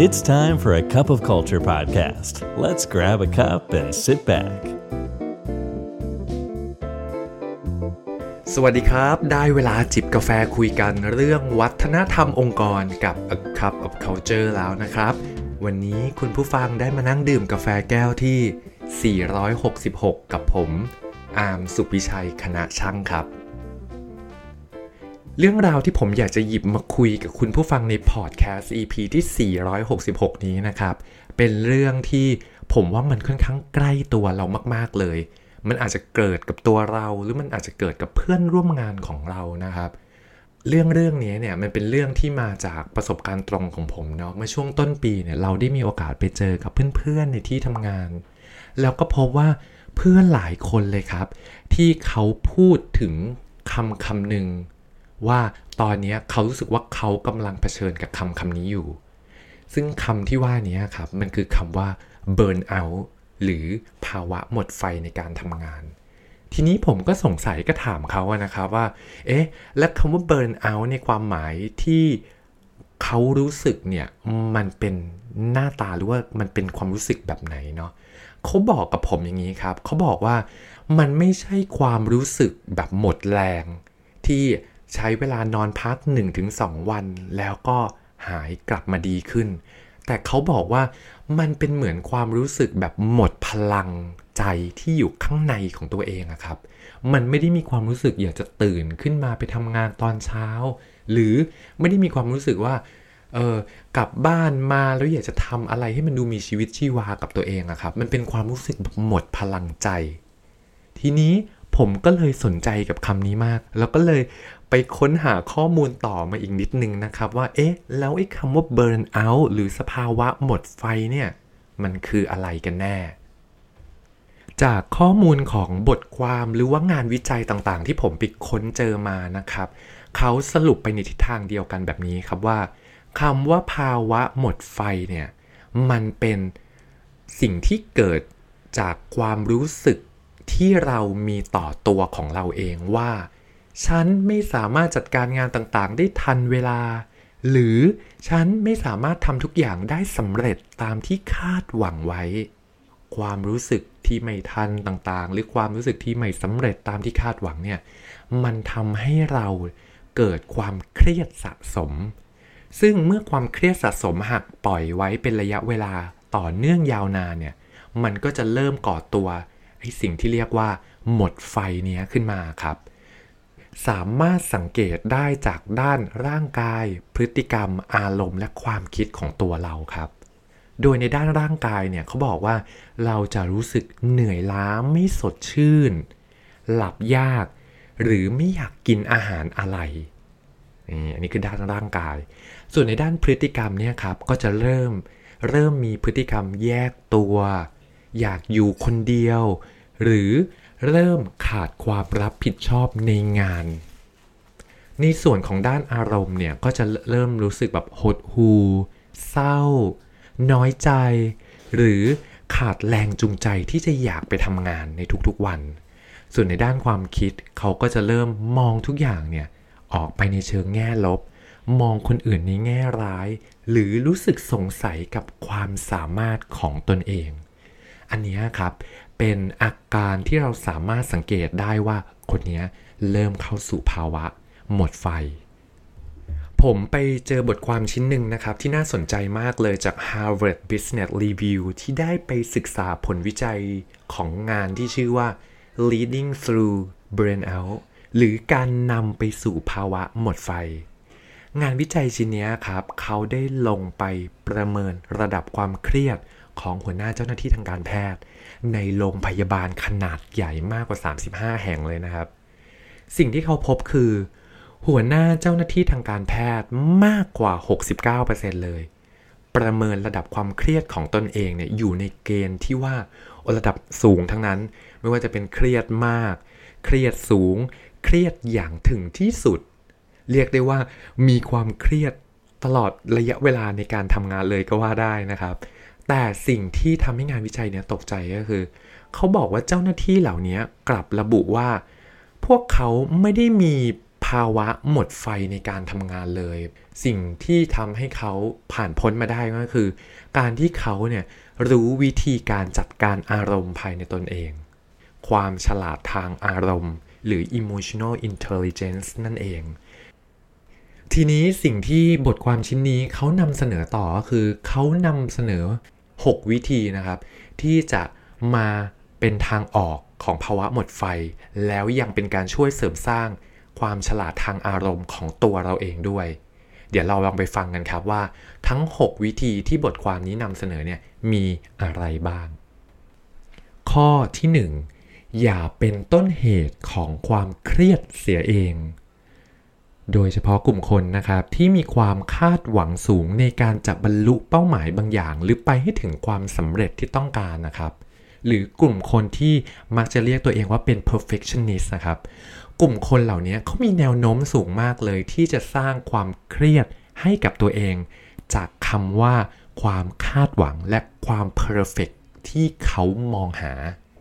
It's time for a cup of culture podcast. Let's grab a cup and sit back. สวัสดีครับได้เวลาจิบกาแฟคุยกันเรื่องวัฒนธรรมองค์กรกับ A Cup of Culture แล้วนะครับวันนี้คุณผู้ฟังได้มานั่งดื่มกาแฟแก้วที่466กับผมอาร์มสุพิชัยคณะช่างครับเรื่องราวที่ผมอยากจะหยิบมาคุยกับคุณผู้ฟังในพอดแคสต์ EP ที่466นี้นะครับเป็นเรื่องที่ผมว่ามันค่อนข้างใกล้ตัวเรามากๆเลยมันอาจจะเกิดกับตัวเราหรือมันอาจจะเกิดกับเพื่อนร่วมงานของเรานะครับเรื่องนี้เนี่ยมันเป็นเรื่องที่มาจากประสบการณ์ตรงของผมเนาะเมื่อช่วงต้นปีเนี่ยเราได้มีโอกาสไปเจอกับเพื่อนๆในที่ทำงานแล้วก็พบว่าเพื่อนหลายคนเลยครับที่เขาพูดถึงคำหนึ่งว่าตอนนี้เขารู้สึกว่าเขากำลังเผชิญกับคำนี้อยู่ซึ่งคำที่ว่านี้ครับมันคือคำว่า burn out หรือภาวะหมดไฟในการทำงานทีนี้ผมก็สงสัยก็ถามเขานะครับว่าและคำว่า burn out ในความหมายที่เขารู้สึกเนี่ยมันเป็นหน้าตาหรือว่ามันเป็นความรู้สึกแบบไหนเนาะเขาบอกกับผมอย่างนี้ครับเขาบอกว่ามันไม่ใช่ความรู้สึกแบบหมดแรงที่ใช้เวลานอนพัก 1-2 วันแล้วก็หายกลับมาดีขึ้นแต่เขาบอกว่ามันเป็นเหมือนความรู้สึกแบบหมดพลังใจที่อยู่ข้างในของตัวเองอะครับมันไม่ได้มีความรู้สึกอยากจะตื่นขึ้นมาไปทำงานตอนเช้าหรือไม่ได้มีความรู้สึกว่ากลับบ้านมาแล้วอยากจะทำอะไรให้มันดูมีชีวิตชีวากับตัวเองอะครับมันเป็นความรู้สึกแบบหมดพลังใจทีนี้ผมก็เลยสนใจกับคำนี้มากแล้วก็เลยไปค้นหาข้อมูลต่อมาอีกนิดนึงนะครับว่าแล้วไอ้คำว่า burn out หรือสภาวะหมดไฟเนี่ยมันคืออะไรกันแน่จากข้อมูลของบทความหรือว่างานวิจัยต่างๆที่ผมไปค้นเจอมานะครับเขาสรุปไปในทิศทางเดียวกันแบบนี้ครับว่าคำว่าภาวะหมดไฟเนี่ยมันเป็นสิ่งที่เกิดจากความรู้สึกที่เรามีต่อตัวของเราเองว่าฉันไม่สามารถจัดการงานต่างๆได้ทันเวลาหรือฉันไม่สามารถทำทุกอย่างได้สำเร็จตามที่คาดหวังไว้ความรู้สึกที่ไม่ทันต่างๆหรือความรู้สึกที่ไม่สำเร็จตามที่คาดหวังเนี่ยมันทำให้เราเกิดความเครียดสะสมซึ่งเมื่อความเครียดสะสมหากปล่อยไว้เป็นระยะเวลาต่อเนื่องยาวนานเนี่ยมันก็จะเริ่มก่อตัวไอ้สิ่งที่เรียกว่าหมดไฟเนี้ยขึ้นมาครับสามารถสังเกตได้จากด้านร่างกายพฤติกรรมอารมณ์และความคิดของตัวเราครับโดยในด้านร่างกายเนี่ยเขาบอกว่าเราจะรู้สึกเหนื่อยล้าไม่สดชื่นหลับยากหรือไม่อยากกินอาหารอะไรอันนี้คือด้านร่างกายส่วนในด้านพฤติกรรมเนี่ยครับก็จะเริ่มมีพฤติกรรมแยกตัวอยากอยู่คนเดียวหรือเริ่มขาดความรับผิดชอบในงานในส่วนของด้านอารมณ์เนี่ยก็จะเริ่มรู้สึกแบบหดหู่เศร้าน้อยใจหรือขาดแรงจูงใจที่จะอยากไปทำงานในทุกๆวันส่วนในด้านความคิดเขาก็จะเริ่มมองทุกอย่างเนี่ยออกไปในเชิงแง่ลบมองคนอื่นในแง่ร้ายหรือรู้สึกสงสัยกับความสามารถของตนเองอันนี้ครับเป็นอาการที่เราสามารถสังเกตได้ว่าคนนี้เริ่มเข้าสู่ภาวะหมดไฟผมไปเจอบทความชิ้นหนึ่งนะครับที่น่าสนใจมากเลยจาก Harvard Business Review ที่ได้ไปศึกษาผลวิจัยของงานที่ชื่อว่า Leading Through Burnout หรือการนำไปสู่ภาวะหมดไฟงานวิจัยชิ้นนี้ครับเขาได้ลงไปประเมินระดับความเครียดของหัวหน้าเจ้าหน้าที่ทางการแพทย์ในโรงพยาบาลขนาดใหญ่มากกว่า35แห่งเลยนะครับสิ่งที่เขาพบคือหัวหน้าเจ้าหน้าที่ทางการแพทย์มากกว่า 69% เลยประเมินระดับความเครียดของตนเองเนี่ยอยู่ในเกณฑ์ที่ว่าระดับสูงทั้งนั้นไม่ว่าจะเป็นเครียดมากเครียดสูงเครียดอย่างถึงที่สุดเรียกได้ว่ามีความเครียดตลอดระยะเวลาในการทำงานเลยก็ว่าได้นะครับแต่สิ่งที่ทำให้งานวิจัยเนี่ยตกใจก็คือเขาบอกว่าเจ้าหน้าที่เหล่านี้กลับระบุว่าพวกเขาไม่ได้มีภาวะหมดไฟในการทำงานเลยสิ่งที่ทำให้เขาผ่านพ้นมาได้ก็คือการที่เขาเนี่ยรู้วิธีการจัดการอารมณ์ภายในตนเองความฉลาดทางอารมณ์หรือ emotional intelligence นั่นเองทีนี้สิ่งที่บทความชิ้นนี้เขานำเสนอต่อก็คือเขานำเสนอ6วิธีนะครับที่จะมาเป็นทางออกของภาวะหมดไฟแล้วยังเป็นการช่วยเสริมสร้างความฉลาดทางอารมณ์ของตัวเราเองด้วยเดี๋ยวเราลองไปฟังกันครับว่าทั้ง6วิธีที่บทความนี้นำเสนอเนี่ยมีอะไรบ้างข้อที่1อย่าเป็นต้นเหตุของความเครียดเสียเองโดยเฉพาะกลุ่มคนนะครับที่มีความคาดหวังสูงในการจะบรรลุเป้าหมายบางอย่างหรือไปให้ถึงความสำเร็จที่ต้องการนะครับหรือกลุ่มคนที่มักจะเรียกตัวเองว่าเป็น perfectionist นะครับกลุ่มคนเหล่านี้เขามีแนวโน้มสูงมากเลยที่จะสร้างความเครียดให้กับตัวเองจากคำว่าความคาดหวังและความ perfect ที่เขามองหา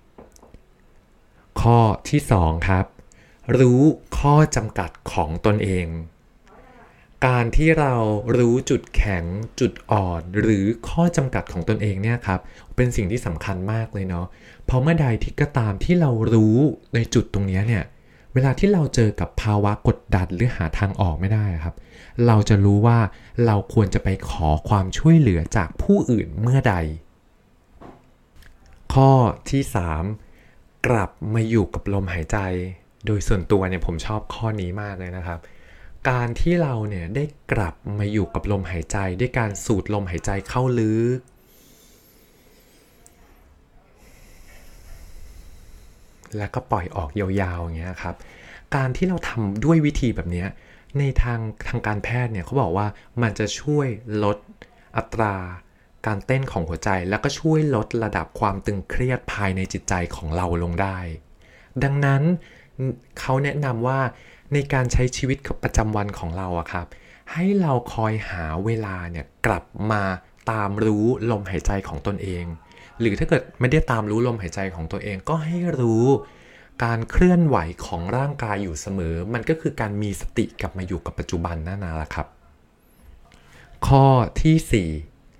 ข้อที่2ครับรู้ข้อจำกัดของตนเองการที่เรารู้จุดแข็งจุดอ่อนหรือข้อจำกัดของตนเองเนี่ยครับเป็นสิ่งที่สำคัญมากเลยเนาะเพราะเมื่อใดที่ก็ตามที่เรารู้ในจุดตรงนี้เนี่ยเวลาที่เราเจอกับภาวะกดดันหรือหาทางออกไม่ได้ครับเราจะรู้ว่าเราควรจะไปขอความช่วยเหลือจากผู้อื่นเมื่อใดข้อที่3กลับมาอยู่กับลมหายใจโดยส่วนตัวเนี่ยผมชอบข้อนี้มากเลยนะครับการที่เราเนี่ยได้กลับมาอยู่กับลมหายใจด้วยการสูดลมหายใจเข้าลึกแล้วก็ปล่อยออกยาวๆอย่างเงี้ยครับการที่เราทำด้วยวิธีแบบนี้ในทางการแพทย์เนี่ยเขาบอกว่ามันจะช่วยลดอัตราการเต้นของหัวใจแล้วก็ช่วยลดระดับความตึงเครียดภายในจิตใจของเราลงได้ดังนั้นเขาแนะนำว่าในการใช้ชีวิตประจำวันของเราอะครับให้เราคอยหาเวลาเนี่ยกลับมาตามรู้ลมหายใจของตนเองหรือถ้าเกิดไม่ได้ตามรู้ลมหายใจของตัวเองก็ให้รู้การเคลื่อนไหวของร่างกายอยู่เสมอมันก็คือการมีสติกลับมาอยู่กับปัจจุบันนั่นแหละครับข้อที่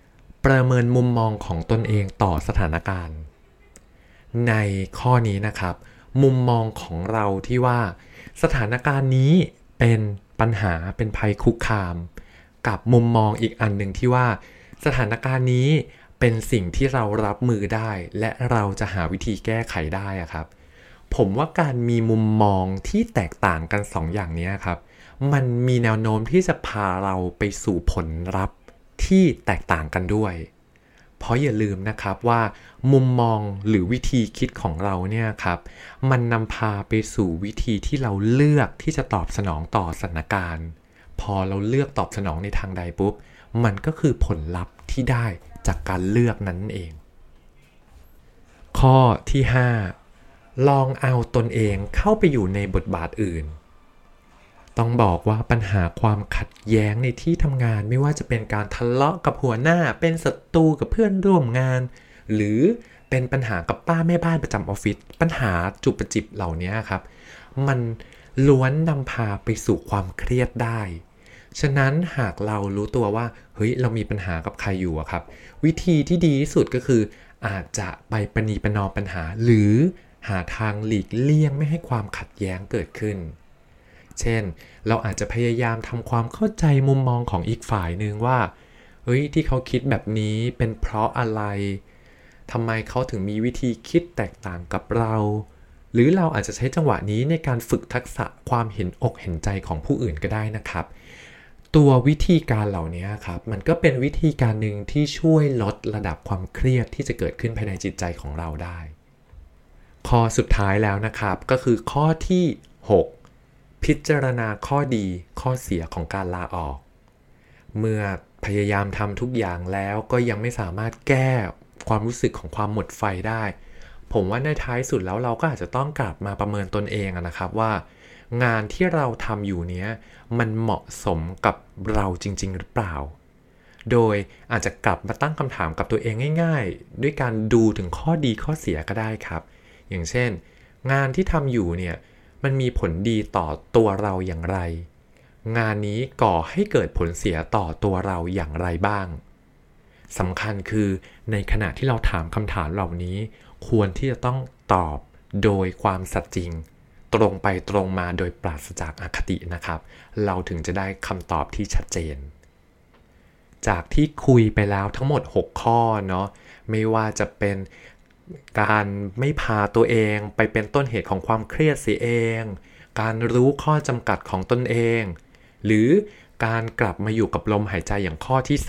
4ประเมินมุมมองของตนเองต่อสถานการณ์ในข้อนี้นะครับมุมมองของเราที่ว่าสถานการณ์นี้เป็นปัญหาเป็นภัยคุกคามกับมุมมองอีกอันหนึ่งที่ว่าสถานการณ์นี้เป็นสิ่งที่เรารับมือได้และเราจะหาวิธีแก้ไขได้ครับผมว่าการมีมุมมองที่แตกต่างกัน2 อย่างนี้ครับมันมีแนวโน้มที่จะพาเราไปสู่ผลลัพธ์ที่แตกต่างกันด้วยเพราะอย่าลืมนะครับว่ามุมมองหรือวิธีคิดของเราเนี่ยครับมันนำพาไปสู่วิธีที่เราเลือกที่จะตอบสนองต่อสถานการณ์พอเราเลือกตอบสนองในทางใดปุ๊บมันก็คือผลลัพธ์ที่ได้จากการเลือกนั้นเองข้อที่5ลองเอาตนเองเข้าไปอยู่ในบทบาทอื่นต้องบอกว่าปัญหาความขัดแย้งในที่ทำงานไม่ว่าจะเป็นการทะเลาะกับหัวหน้าเป็นศัตรูกับเพื่อนร่วมงานหรือเป็นปัญหากับป้าแม่บ้านประจำออฟฟิศปัญหาจุกจิกจิบเหล่านี้ครับมันล้วนนำพาไปสู่ความเครียดได้ฉะนั้นหากเรารู้ตัวว่าเฮ้ยเรามีปัญหากับใครอยู่ครับวิธีที่ดีที่สุดก็คืออาจจะไปประนีประนอมปัญหาหรือหาทางหลีกเลี่ยงไม่ให้ความขัดแย้งเกิดขึ้นเช่นเราอาจจะพยายามทำความเข้าใจมุมมองของอีกฝ่ายนึงว่าเฮ้ยที่เขาคิดแบบนี้เป็นเพราะอะไรทำไมเขาถึงมีวิธีคิดแตกต่างกับเราหรือเราอาจจะใช้จังหวะนี้ในการฝึกทักษะความเห็นอกเห็นใจของผู้อื่นก็ได้นะครับตัววิธีการเหล่านี้ครับมันก็เป็นวิธีการหนึ่งที่ช่วยลดระดับความเครียดที่จะเกิดขึ้นภายในจิตใจของเราได้ข้อสุดท้ายแล้วนะครับก็คือข้อที่6พิจารณาข้อดีข้อเสียของการลาออกเมื่อพยายามทำทุกอย่างแล้วก็ยังไม่สามารถแก้ความรู้สึกของความหมดไฟได้ผมว่าในท้ายสุดแล้วเราก็อาจจะต้องกลับมาประเมินตนเองนะครับว่างานที่เราทำอยู่เนี้ยมันเหมาะสมกับเราจริงๆหรือเปล่าโดยอาจจะกลับมาตั้งคำถามกับตัวเองง่ายๆด้วยการดูถึงข้อดีข้อเสียก็ได้ครับอย่างเช่นงานที่ทำอยู่เนี่ยมันมีผลดีต่อตัวเราอย่างไร งานนี้ก่อให้เกิดผลเสียต่อตัวเราอย่างไรบ้างสำคัญคือในขณะที่เราถามคำถามเหล่านี้ควรที่จะต้องตอบโดยความสัตย์จริงตรงไปตรงมาโดยปราศจากอคตินะครับเราถึงจะได้คำตอบที่ชัดเจนจากที่คุยไปแล้วทั้งหมด6ข้อเนาะไม่ว่าจะเป็นการไม่พาตัวเองไปเป็นต้นเหตุของความเครียดเสียเองการรู้ข้อจำกัดของตนเองหรือการกลับมาอยู่กับลมหายใจอย่างข้อที่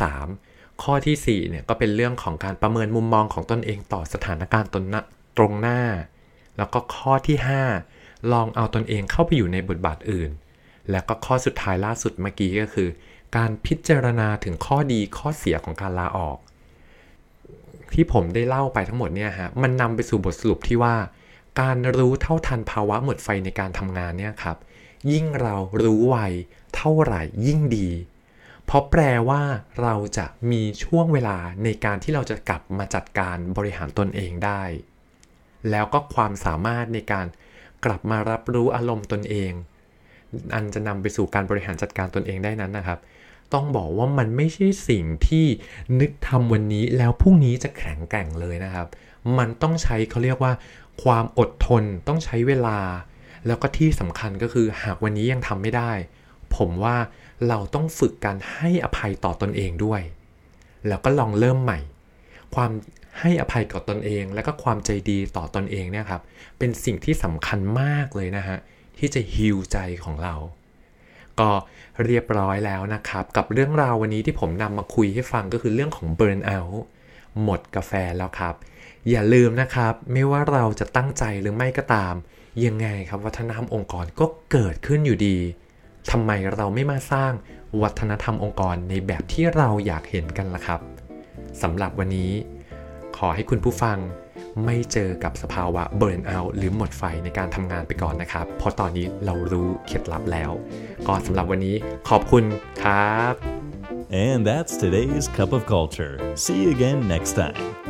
3ข้อที่4เนี่ยก็เป็นเรื่องของการประเมินมุมมองของตนเองต่อสถานการณ์ตรงหน้าแล้วก็ข้อที่5ลองเอาตนเองเข้าไปอยู่ในบทบาทอื่นแล้วก็ข้อสุดท้ายล่าสุดเมื่อกี้ก็คือการพิจารณาถึงข้อดีข้อเสียของการลาออกที่ผมได้เล่าไปทั้งหมดเนี่ยฮะมันนำไปสู่บทสรุปที่ว่าการรู้เท่าทันภาวะหมดไฟในการทำงานเนี่ยครับยิ่งเรารู้ไวเท่าไหร่ยิ่งดีเพราะแปลว่าเราจะมีช่วงเวลาในการที่เราจะกลับมาจัดการบริหารตนเองได้แล้วก็ความสามารถในการกลับมารับรู้อารมณ์ตนเองอันจะนำไปสู่การบริหารจัดการตนเองได้นั้นนะครับต้องบอกว่ามันไม่ใช่สิ่งที่นึกทำวันนี้แล้วพรุ่งนี้จะแข็งแกร่งเลยนะครับมันต้องใช้เขาเรียกว่าความอดทนต้องใช้เวลาแล้วก็ที่สำคัญก็คือหากวันนี้ยังทำไม่ได้ผมว่าเราต้องฝึกการให้อภัยต่อตนเองด้วยแล้วก็ลองเริ่มใหม่ความให้อภัยกับตนเองและก็ความใจดีต่อตนเองเนี่ยครับเป็นสิ่งที่สำคัญมากเลยนะฮะที่จะฮีลใจของเราก็เรียบร้อยแล้วนะครับกับเรื่องราววันนี้ที่ผมนำมาคุยให้ฟังก็คือเรื่องของเบิร์นเอาท์หมดกาแฟแล้วครับอย่าลืมนะครับไม่ว่าเราจะตั้งใจหรือไม่ก็ตามยังไงครับวัฒนธรรมองค์กรก็เกิดขึ้นอยู่ดีทำไมเราไม่มาสร้างวัฒนธรรมองค์กรในแบบที่เราอยากเห็นกันล่ะครับสำหรับวันนี้ขอให้คุณผู้ฟังไม่เจอกับสภาวะเบิร์นเอาท์หรือหมดไฟในการทำงานไปก่อนนะครับเพราะตอนนี้เรารู้เคล็ดลับแล้วก็สำหรับวันนี้ขอบคุณครับ And that's today's Cup of Culture. See you again next time.